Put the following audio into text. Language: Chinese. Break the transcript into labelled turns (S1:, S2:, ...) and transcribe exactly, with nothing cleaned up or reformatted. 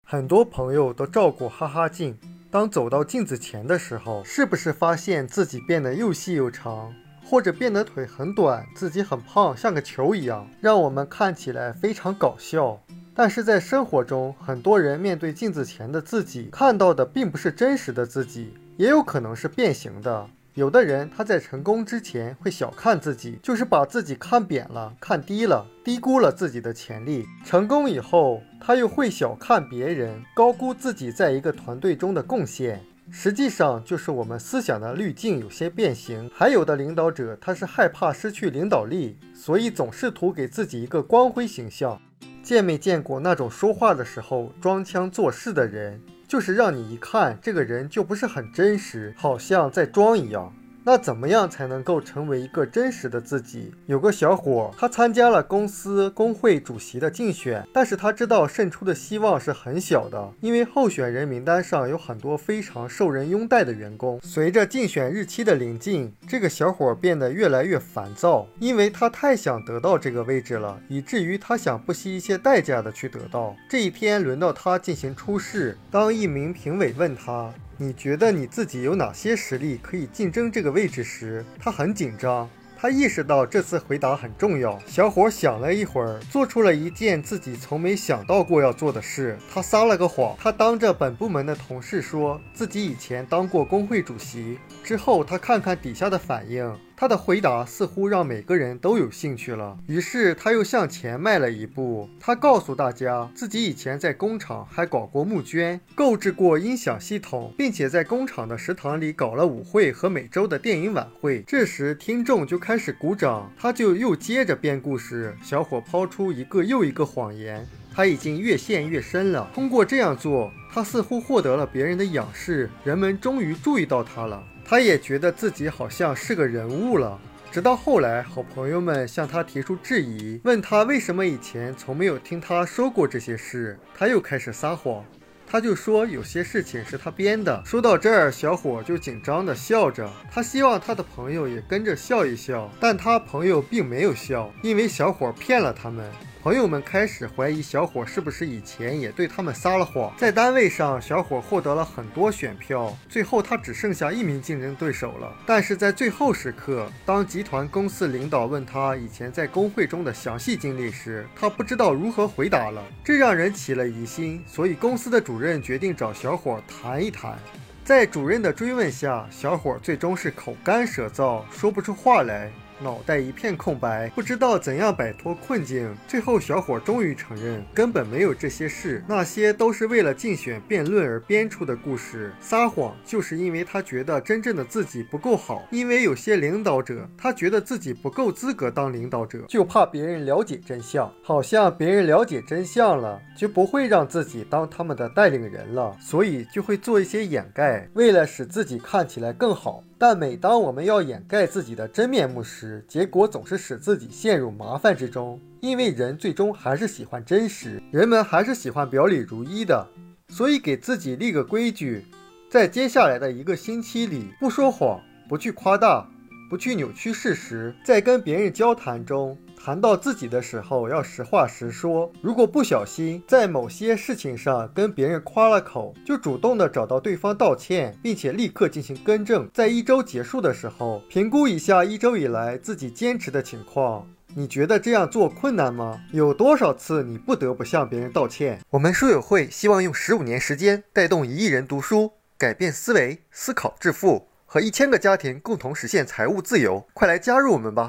S1: 很多朋友都照过哈哈镜，当走到镜子前的时候，是不是发现自己变得又细又长，或者变得腿很短，自己很胖，像个球一样，让我们看起来非常搞笑。但是在生活中，很多人面对镜子前的自己，看到的并不是真实的自己，也有可能是变形的。有的人他在成功之前会小看自己，就是把自己看扁了，看低了，低估了自己的潜力。成功以后，他又会小看别人，高估自己在一个团队中的贡献。实际上就是我们思想的滤镜有些变形。还有的领导者他是害怕失去领导力，所以总试图给自己一个光辉形象。见没见过那种说话的时候装腔作势的人？就是让你一看这个人就不是很真实，好像在装一样。那怎么样才能够成为一个真实的自己？有个小伙，他参加了公司工会主席的竞选，但是他知道胜出的希望是很小的，因为候选人名单上有很多非常受人拥戴的员工。随着竞选日期的临近，这个小伙变得越来越烦躁，因为他太想得到这个位置了，以至于他想不惜一些代价的去得到。这一天轮到他进行初试，当一名评委问他，你觉得你自己有哪些实力可以竞争这个位置时，他很紧张。他意识到这次回答很重要。小伙想了一会儿，做出了一件自己从没想到过要做的事。他撒了个谎，他当着本部门的同事说自己以前当过工会主席。之后他看看底下的反应，他的回答似乎让每个人都有兴趣了。于是他又向前迈了一步，他告诉大家自己以前在工厂还搞过募捐，购置过音响系统，并且在工厂的食堂里搞了舞会和每周的电影晚会。这时听众就开始鼓掌，他就又接着编故事。小伙抛出一个又一个谎言，他已经越陷越深了。通过这样做，他似乎获得了别人的仰视，人们终于注意到他了。他也觉得自己好像是个人物了。直到后来，好朋友们向他提出质疑，问他为什么以前从没有听他说过这些事。他又开始撒谎，他就说有些事情是他编的。说到这儿，小伙就紧张地笑着，他希望他的朋友也跟着笑一笑，但他朋友并没有笑，因为小伙骗了他们。朋友们开始怀疑小伙是不是以前也对他们撒了谎。在单位上，小伙获得了很多选票，最后他只剩下一名竞争对手了。但是在最后时刻，当集团公司领导问他以前在工会中的详细经历时，他不知道如何回答了，这让人起了疑心。所以公司的主任决定找小伙谈一谈。在主任的追问下，小伙最终是口干舌燥，说不出话来，脑袋一片空白，不知道怎样摆脱困境。最后小伙终于承认根本没有这些事，那些都是为了竞选辩论而编出的故事。撒谎就是因为他觉得真正的自己不够好，因为有些领导者他觉得自己不够资格当领导者，就怕别人了解真相，好像别人了解真相了就不会让自己当他们的带领人了，所以就会做一些掩盖，为了使自己看起来更好。但每当我们要掩盖自己的真面目时，结果总是使自己陷入麻烦之中。因为人最终还是喜欢真实，人们还是喜欢表里如一的。所以给自己立个规矩，在接下来的一个星期里，不说谎，不去夸大，不去扭曲事实。在跟别人交谈中，谈到自己的时候要实话实说。如果不小心在某些事情上跟别人夸了口，就主动的找到对方道歉，并且立刻进行更正。在一周结束的时候，评估一下一周以来自己坚持的情况。你觉得这样做困难吗？有多少次你不得不向别人道歉？我们书友会希望用十五年时间带动一亿人读书，改变思维，思考致富，和一千个家庭共同实现财务自由。快来加入我们吧！